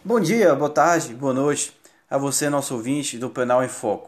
Bom dia, boa tarde, boa noite a você, nosso ouvinte do Penal em Foco.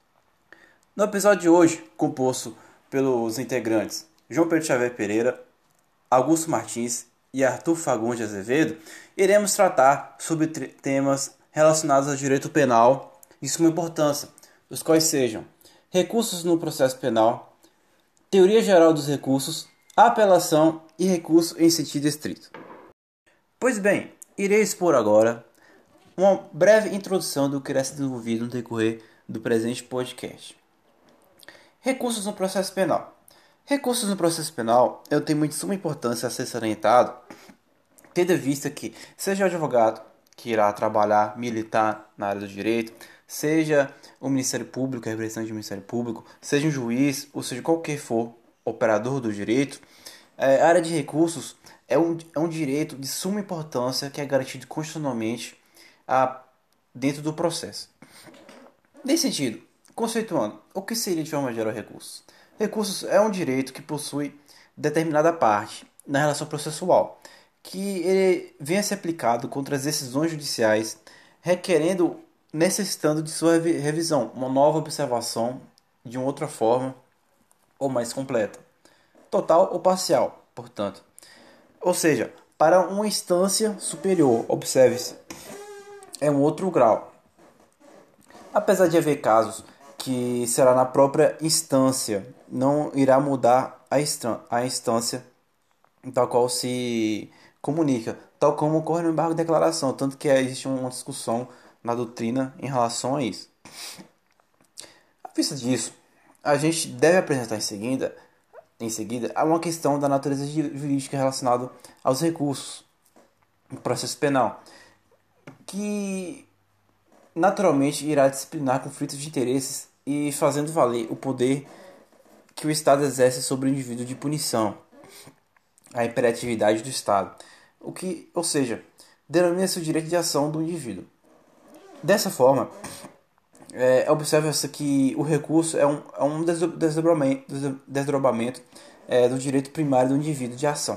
No episódio de hoje, composto pelos integrantes João Pedro Xavier Pereira, Augusto Martins e Arthur Fagundes Azevedo, iremos tratar sobre temas relacionados ao direito penal de suma importância, os quais sejam recursos no processo penal, teoria geral dos recursos, apelação e recurso em sentido estrito. Pois bem, irei expor agora uma breve introdução do que irá ser desenvolvido no decorrer do presente podcast. Recursos no processo penal. Recursos no processo penal é um tema de suma importância a ser salientado, tendo em vista que, seja o advogado que irá trabalhar, militar na área do direito, seja o Ministério Público, a representante do Ministério Público, seja um juiz, ou seja, qualquer for operador do direito, a área de recursos é um direito de suma importância que é garantido constitucionalmente a, dentro do processo. Nesse sentido, conceituando, o que seria de forma geral recursos? Recursos é um direito que possui determinada parte na relação processual, que ele venha a ser aplicado contra as decisões judiciais, requerendo, necessitando de sua revisão, uma nova observação de uma outra forma ou mais completa, total ou parcial, portanto. Ou seja, para uma instância superior, observe-se, é um outro grau. Apesar de haver casos que será na própria instância, não irá mudar a instância em tal qual se comunica, tal como ocorre no embargo de declaração, tanto que existe uma discussão na doutrina em relação a isso. À vista disso, a gente deve apresentar em seguida uma questão da natureza jurídica relacionada aos recursos no processo penal, que naturalmente irá disciplinar conflitos de interesses e fazendo valer o poder que o Estado exerce sobre o indivíduo de punição, a imperatividade do Estado, ou seja, denomina-se o direito de ação do indivíduo. Dessa forma, observa-se que o recurso é um desdobramento do direito primário do indivíduo de ação,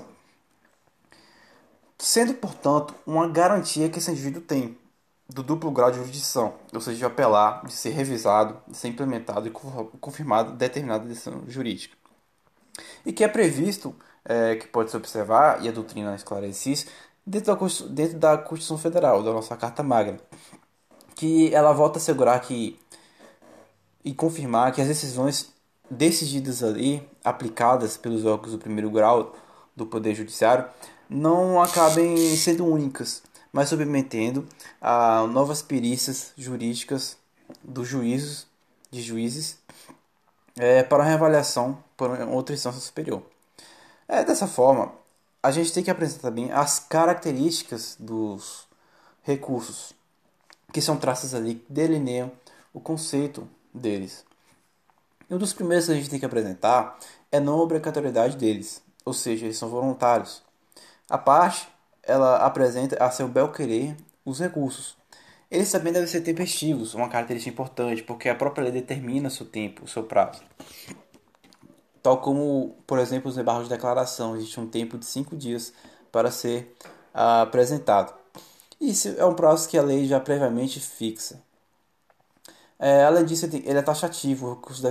sendo, portanto, uma garantia que esse indivíduo tem do duplo grau de jurisdição, ou seja, de apelar, de ser revisado, de ser implementado e confirmado determinada decisão jurídica. E que é previsto, que pode se observar, e a doutrina esclarece isso, dentro da Constituição Federal, da nossa Carta Magna, que ela volta a assegurar e confirmar que as decisões decididas ali, aplicadas pelos órgãos do primeiro grau do Poder Judiciário, não acabem sendo únicas, mas submetendo a novas perícias jurídicas dos juízes, para reavaliação por outra instância superior. Dessa forma, a gente tem que apresentar também as características dos recursos, que são traços ali que delineiam o conceito deles. E um dos primeiros que a gente tem que apresentar é a não obrigatoriedade deles, ou seja, eles são voluntários. A parte, ela apresenta a seu bel querer os recursos. Eles também devem ser tempestivos, uma característica importante, porque a própria lei determina o seu tempo, o seu prazo. Tal como, por exemplo, os embargos de declaração, existe um tempo de 5 dias para ser apresentado. Isso é um prazo que a lei já previamente fixa. Além disso, ele é taxativo,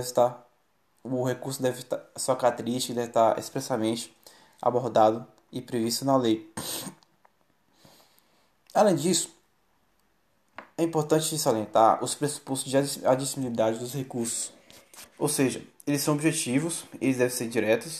sua característica deve estar expressamente abordado e previsto na lei. Além disso, é importante salientar os pressupostos de admissibilidade dos recursos. Ou seja, eles são objetivos, eles devem ser diretos,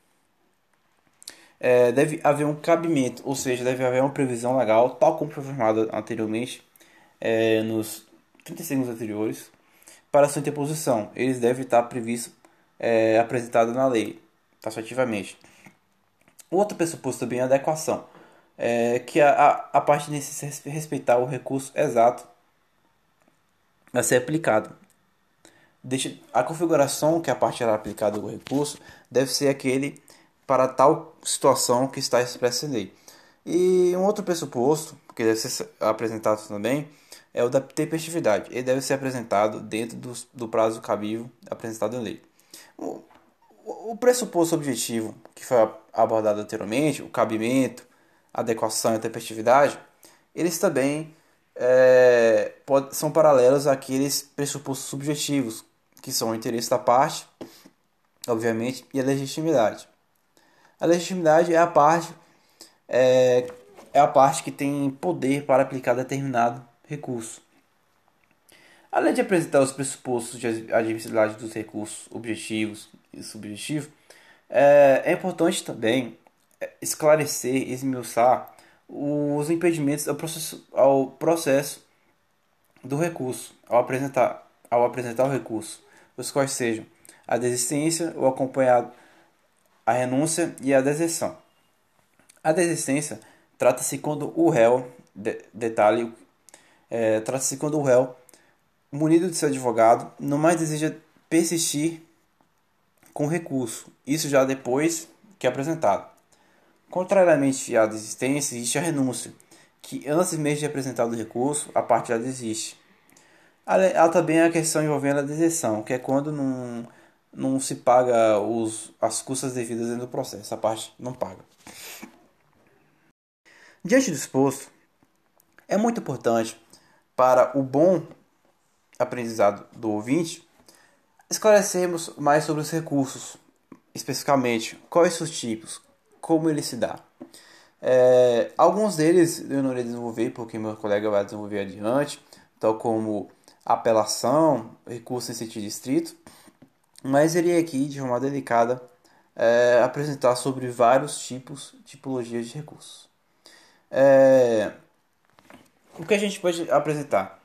deve haver um cabimento, ou seja, deve haver uma previsão legal, tal como foi afirmado anteriormente, nos 30 segundos anteriores, para sua interposição. Eles devem estar previstos, apresentados na lei, taxativamente. O outro pressuposto também é a adequação, que a parte necessita respeitar o recurso exato a ser aplicado. A configuração que a parte será aplicada do recurso deve ser aquele para tal situação que está expressa em lei. E um outro pressuposto, que deve ser apresentado também, é o da tempestividade. Ele deve ser apresentado dentro do prazo cabível apresentado em lei. O pressuposto objetivo, que foi abordado anteriormente, o cabimento, a adequação e a tempestividade, eles também são paralelos àqueles pressupostos subjetivos, que são o interesse da parte, obviamente, e a legitimidade. A legitimidade é, é a parte que tem poder para aplicar determinado recurso. Além de apresentar os pressupostos de admissibilidade dos recursos objetivos e subjetivos, é importante também esclarecer e esmiuçar os impedimentos ao processo do recurso, ao apresentar o recurso, os quais sejam a desistência, o acompanhado, a renúncia e a deserção. A desistência trata-se quando o réu, trata-se quando o réu, munido de seu advogado, não mais deseja persistir com o recurso, isso já depois que é apresentado. Contrariamente à desistência, existe a renúncia, que antes mesmo de apresentar o recurso, a parte já desiste. Há também a questão envolvendo a deserção, que é quando não se paga as custas devidas dentro do processo, a parte não paga. Diante do exposto, é muito importante para o bom aprendizado do ouvinte esclarecermos mais sobre os recursos, especificamente quais são os tipos, como ele se dá. Alguns deles eu não irei desenvolver porque meu colega vai desenvolver adiante, tal como apelação, recurso em sentido estrito, mas irei aqui de forma delicada apresentar sobre vários tipologias de recursos. O que a gente pode apresentar?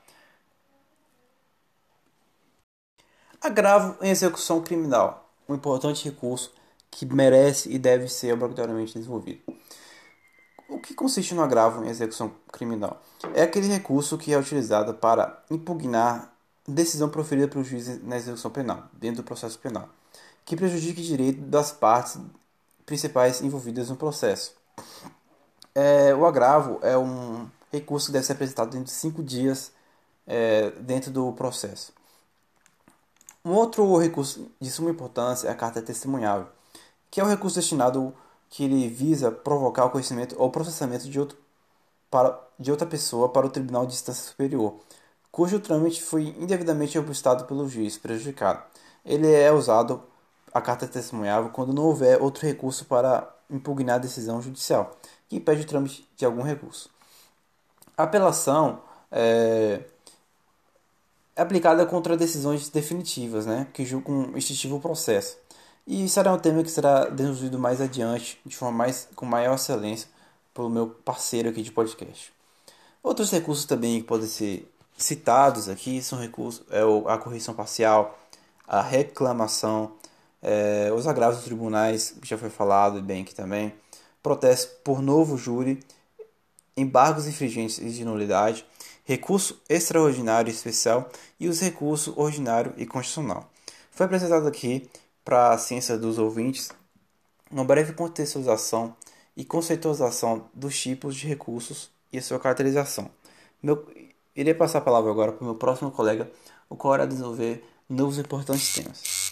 Agravo em execução criminal, um importante recurso que merece e deve ser obrigatoriamente desenvolvido. O que consiste no agravo em execução criminal? É aquele recurso que é utilizado para impugnar decisão proferida pelo juiz na execução penal, dentro do processo penal, que prejudique o direito das partes principais envolvidas no processo. O agravo é um recurso que deve ser apresentado dentro de 5 dias dentro do processo. Um outro recurso de suma importância é a carta testemunhável, que é um recurso destinado que ele visa provocar o conhecimento ou processamento de outra pessoa para o tribunal de instância superior, cujo trâmite foi indevidamente obstado pelo juiz prejudicado. Ele é usado, a carta testemunhável, quando não houver outro recurso para impugnar a decisão judicial, que impede o trâmite de algum recurso. A apelação é aplicada contra decisões definitivas, que julgam extintivo o processo. E será um tema que será desenvolvido mais adiante, com maior excelência, pelo meu parceiro aqui de podcast. Outros recursos também que podem ser citados aqui são recursos, a correção parcial, a reclamação, os agravos dos tribunais, que já foi falado bem aqui também, protesto por novo júri, embargos infringentes e de nulidade, recurso extraordinário e especial e os recursos ordinário e constitucional. Foi apresentado aqui para a ciência dos ouvintes uma breve contextualização e conceitualização dos tipos de recursos e a sua caracterização. Irei passar a palavra agora para o meu próximo colega, o qual irá desenvolver novos e importantes temas.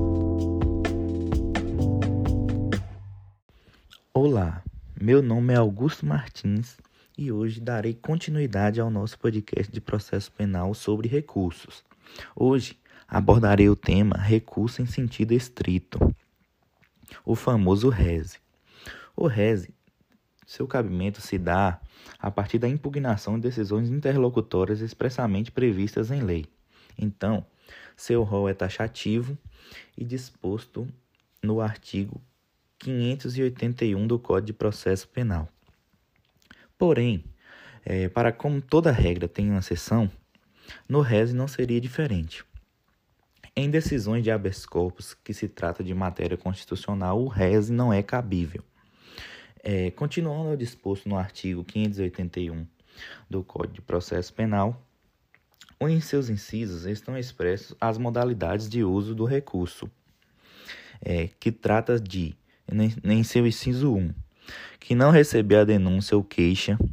Olá, meu nome é Augusto Martins e hoje darei continuidade ao nosso podcast de processo penal sobre recursos. Hoje abordarei o tema recurso em sentido estrito, o famoso rese. O rese, seu cabimento se dá a partir da impugnação de decisões interlocutórias expressamente previstas em lei. Então, seu rol é taxativo e disposto no artigo 581 do Código de Processo Penal. Porém, para como toda regra tem uma exceção, no rese não seria diferente. Em decisões de habeas corpus que se trata de matéria constitucional, o rese não é cabível. Continuando ao disposto no artigo 581 do Código de Processo Penal, em seus incisos estão expressos as modalidades de uso do recurso, que trata de, em seu inciso 1, que não receber a denúncia ou queixa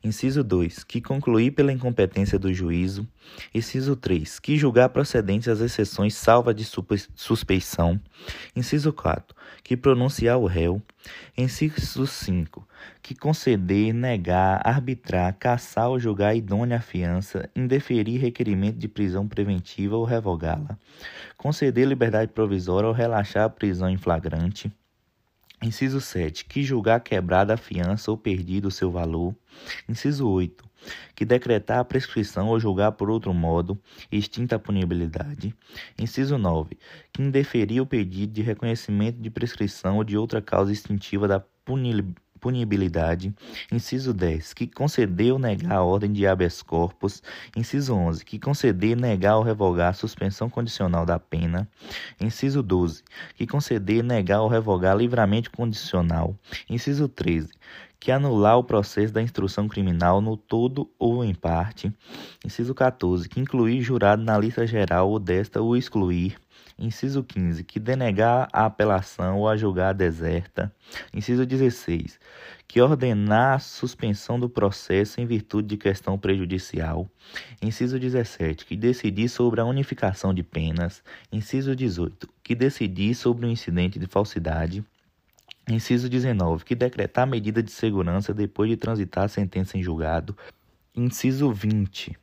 Inciso 2. Que concluir pela incompetência do juízo. Inciso 3. Que julgar procedentes as exceções salva de suspeição. Inciso 4. Que pronunciar o réu. Inciso 5. Que conceder, negar, arbitrar, cassar ou julgar idônea a fiança, indeferir requerimento de prisão preventiva ou revogá-la. Conceder liberdade provisória ou relaxar a prisão em flagrante. Inciso 7. Que julgar quebrada a fiança ou perdido o seu valor. Inciso 8. Que decretar a prescrição ou julgar por outro modo, extinta a punibilidade. Inciso 9. Que indeferir o pedido de reconhecimento de prescrição ou de outra causa extintiva da punibilidade. Inciso 10. Que conceder ou negar a ordem de habeas corpus. Inciso 11. Que conceder, negar ou revogar a suspensão condicional da pena. Inciso 12. Que conceder, negar ou revogar livramento condicional. Inciso 13. Que anular o processo da instrução criminal no todo ou em parte. Inciso 14. Que incluir jurado na lista geral ou desta o excluir. Inciso 15. Que denegar a apelação ou a julgar deserta. Inciso 16. Que ordenar a suspensão do processo em virtude de questão prejudicial. Inciso 17. Que decidir sobre a unificação de penas. Inciso 18. Que decidir sobre o incidente de falsidade. Inciso 19. Que decretar medida de segurança depois de transitar a sentença em julgado. Inciso 20.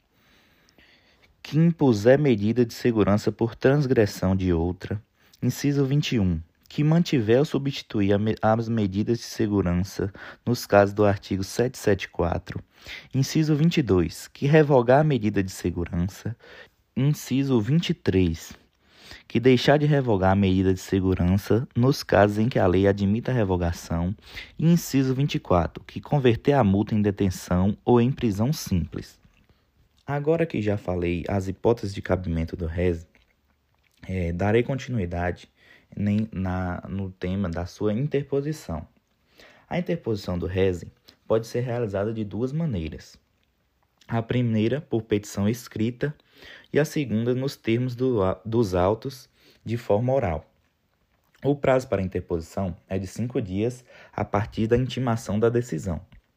Que impuser medida de segurança por transgressão de outra. Inciso 21. Que mantiver ou substituir as medidas de segurança nos casos do artigo 774. Inciso 22. Que revogar a medida de segurança. Inciso 23. Que deixar de revogar a medida de segurança nos casos em que a lei admita a revogação. E inciso 24. Que converter a multa em detenção ou em prisão simples. Agora que já falei as hipóteses de cabimento do RES, darei continuidade no tema da sua interposição. A interposição do RES pode ser realizada de duas maneiras. A primeira, por petição escrita, e a segunda, nos termos dos autos, de forma oral. O prazo para a interposição é de 5 dias a partir da intimação da decisão.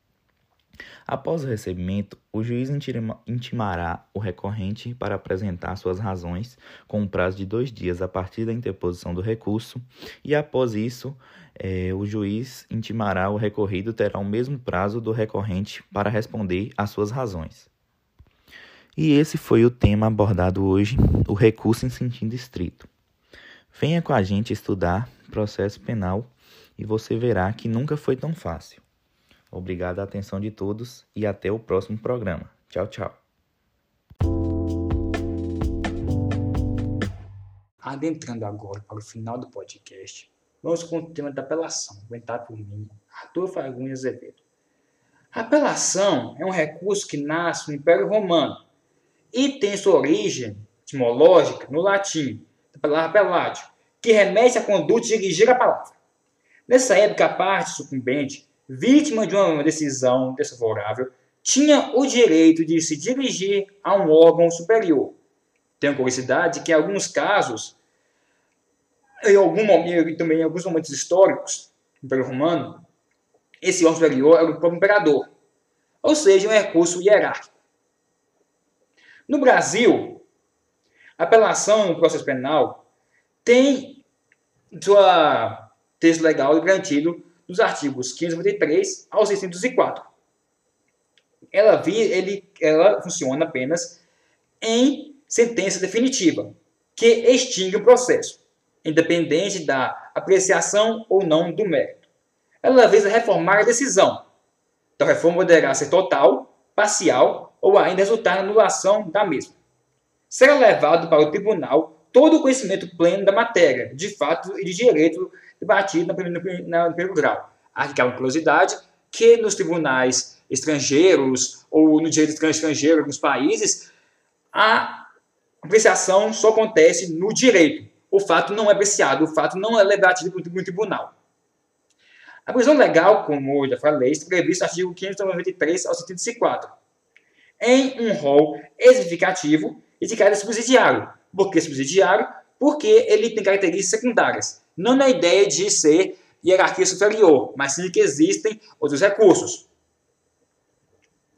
Após o recebimento, o juiz intimará o recorrente para apresentar suas razões com um prazo de 2 dias a partir da interposição do recurso e, após isso, o juiz intimará o recorrido terá o mesmo prazo do recorrente para responder às suas razões. E esse foi o tema abordado hoje, o recurso em sentido estrito. Venha com a gente estudar processo penal e você verá que nunca foi tão fácil. Obrigado à atenção de todos e até o próximo programa. Tchau, tchau. Adentrando agora para o final do podcast, vamos com o tema da apelação, apresentado por mim, Arthur Fagundes Azevedo. A apelação é um recurso que nasce no Império Romano e tem sua origem etimológica no latim, da palavra appelatio, que remete à conduta de dirigir a palavra. Nessa época, a parte sucumbente, vítima de uma decisão desfavorável, tinha o direito de se dirigir a um órgão superior. Tenho curiosidade que, em alguns casos, também em alguns momentos históricos do Império Romano, esse órgão superior era o próprio imperador, ou seja, um recurso hierárquico. No Brasil, a apelação no processo penal tem seu texto legal garantido nos artigos 593 ao 604. Ela funciona apenas em sentença definitiva, que extingue o processo, independente da apreciação ou não do mérito. Ela visa reformar a decisão. Então, a reforma poderá ser total, parcial ou ainda resultar na anulação da mesma. Será levado para o tribunal todo o conhecimento pleno da matéria, de fato e de direito debatido no primeiro grau. Há aquela curiosidade que nos tribunais estrangeiros ou no direito estrangeiro nos países, a apreciação só acontece no direito. O fato não é apreciado, o fato não é debatido no tribunal. A prisão legal, como eu já falei, está prevista no artigo 593 ao 704, em um rol exemplificativo e de caráter subsidiário. Por que subsidiário? Porque ele tem características secundárias. Não na ideia de ser hierarquia superior, mas sim que existem outros recursos.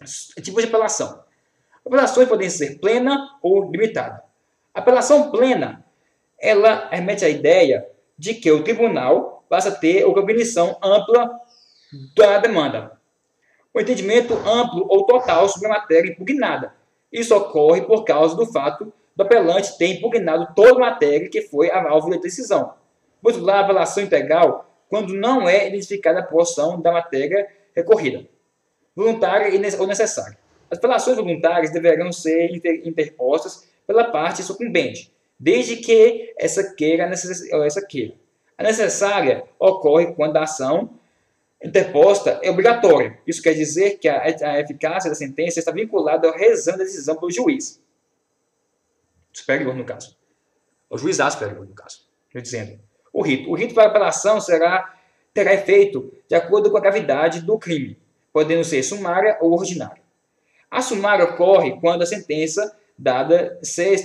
Tipos de apelação. Apelações podem ser plena ou limitada. A apelação plena, ela remete à ideia de que o tribunal passa a ter uma cognição ampla da demanda. O entendimento amplo ou total sobre a matéria impugnada. Isso ocorre por causa do fato do apelante ter impugnado toda a matéria que foi a alvo da decisão. Por outro lado, a apelação integral, quando não é identificada a porção da matéria recorrida, voluntária ou necessária. As apelações voluntárias deverão ser interpostas pela parte sucumbente, desde que essa queira. A necessária ocorre quando a ação interposta é obrigatória. Isso quer dizer que a eficácia da sentença está vinculada ao reexame da decisão pelo juiz superior, no caso. O juizado superior, no caso. Estou dizendo. O rito para apelação terá efeito de acordo com a gravidade do crime, podendo ser sumária ou ordinária. A sumária ocorre quando a sentença dada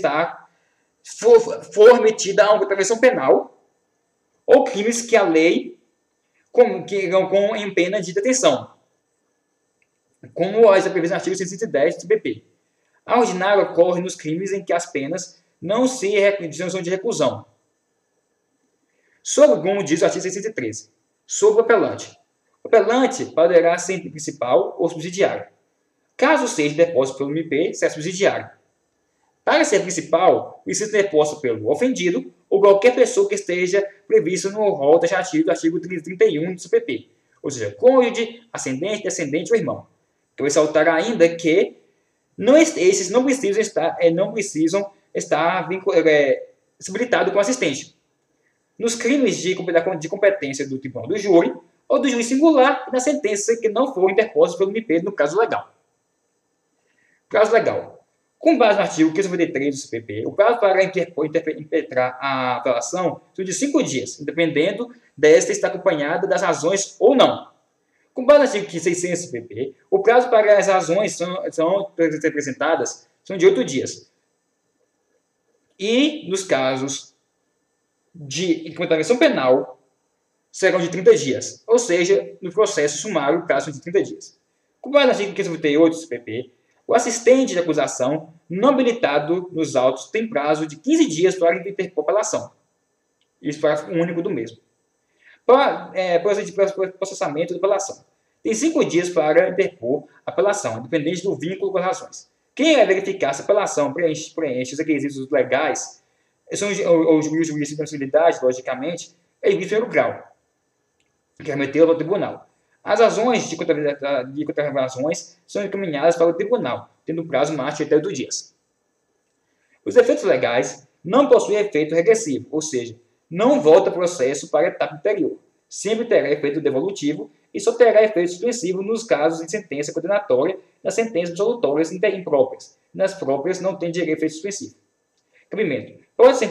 for metida a uma intervenção penal ou crimes que a lei em pena de detenção, como é previsto no artigo 110 do CPP. A ordinária ocorre nos crimes em que as penas não são de reclusão. Sobre, como diz o artigo 613, sobre o apelante. O apelante poderá ser principal ou subsidiário. Caso seja depósito pelo MP, será subsidiário. Para ser principal, precisa ser deposto pelo ofendido ou qualquer pessoa que esteja prevista no rol taxativo do artigo 31 do CPP, ou seja, cônjuge, ascendente, descendente ou irmão. Eu vou ressaltar ainda que esses não precisam estar habilitados com assistente. Nos crimes de competência do tribunal do júri ou do juiz singular e na sentença que não for interposta pelo MP no caso legal. Prazo legal. Com base no artigo 593 do CPP, o prazo para impetrar a apelação é de 5 dias, dependendo desta estar acompanhada das razões ou não. Com base no artigo 600 do CPP, o prazo para as razões são apresentadas são de 8 dias. E, nos casos de intervenção penal, serão de 30 dias. Ou seja, no processo sumário, o prazo é de 30 dias. Com base no artigo 598 do CPP, o assistente de acusação não habilitado nos autos tem prazo de 15 dias para interpor apelação. Isso para o único do mesmo. Para processamento da apelação. Tem 5 dias para interpor apelação, independente do vínculo com as razões. Quem vai verificar se a apelação preenche os requisitos legais, são os juízes de admissibilidade, logicamente, é o juiz de primeiro grau, que remeteu ao tribunal. As razões de contra-razões são encaminhadas para o tribunal, tendo prazo máximo de 8 dias. Os efeitos legais não possuem efeito regressivo, ou seja, não volta o processo para a etapa anterior. Sempre terá efeito devolutivo e só terá efeito suspensivo nos casos de sentença condenatória, nas sentenças absolutórias impróprias. Nas próprias não tem direito a efeito suspensivo. Cabimento. Pode-se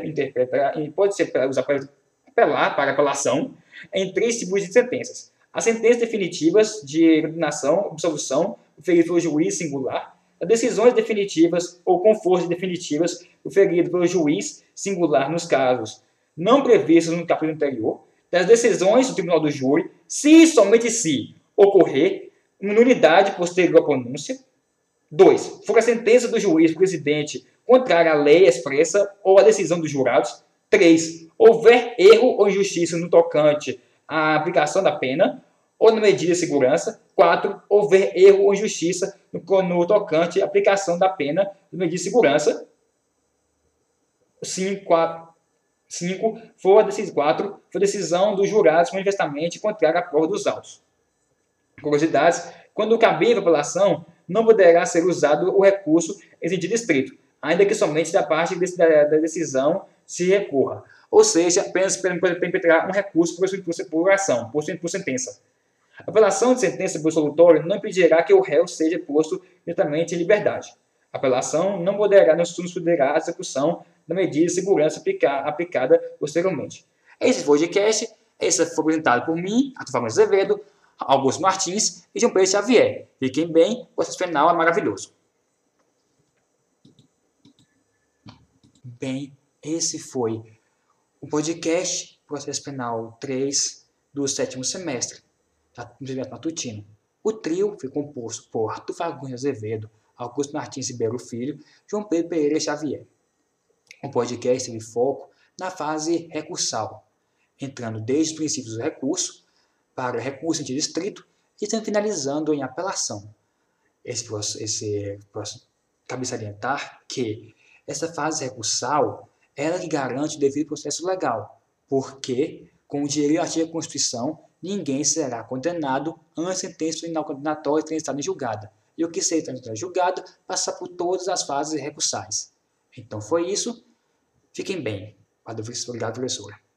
usar para apelar para apelação em 3 tipos de sentenças. As sentenças definitivas de condenação, absolução, proferidas pelo juiz singular, as decisões definitivas ou com força definitivas proferidas pelo juiz singular nos casos não previstos no capítulo anterior, das decisões do tribunal do júri, se e somente se ocorrer nulidade posterior à pronúncia. 2. For a sentença do juiz presidente contrária à lei expressa ou à decisão dos jurados. 3. Houver erro ou injustiça no tocante à aplicação da pena ou na medida de segurança. 4. Houver erro ou injustiça no tocante à aplicação da pena na medida de segurança. 5. For a decisão dos jurados manifestamente contrária à prova dos autos. Curiosidades. Quando cabível a apelação, não poderá ser usado o recurso em sentido estrito, ainda que somente da parte da decisão se recorra. Ou seja, apenas para impetrar um recurso por ação, por sentença. A apelação de sentença absolutória não impedirá que o réu seja posto diretamente em liberdade. A apelação não poderá considerar a execução da medida de segurança aplicada posteriormente. Esse podcast foi apresentado por mim, Arthur Fagundes Azevedo, Augusto Martins e João Pedro Xavier. Fiquem bem, o processo penal é maravilhoso. Bem, esse foi o podcast Processo Penal 3 do 7º semestre, do matutino. O trio foi composto por Arthur Fagundes Azevedo, Augusto Martins Ribeiro Filho, João Pedro Pereira Xavier. O podcast teve foco na fase recursal, entrando desde os princípios do recurso para o recurso antidistrito e finalizando em apelação. Cabe salientar que essa fase recursal é ela que garante o devido processo legal, porque, com o direito artigo da Constituição, ninguém será condenado antes da sentença final condenatória ter estado julgada. E o que será julgado passa por todas as fases recursais. Então foi isso. Fiquem bem. Obrigado, professora.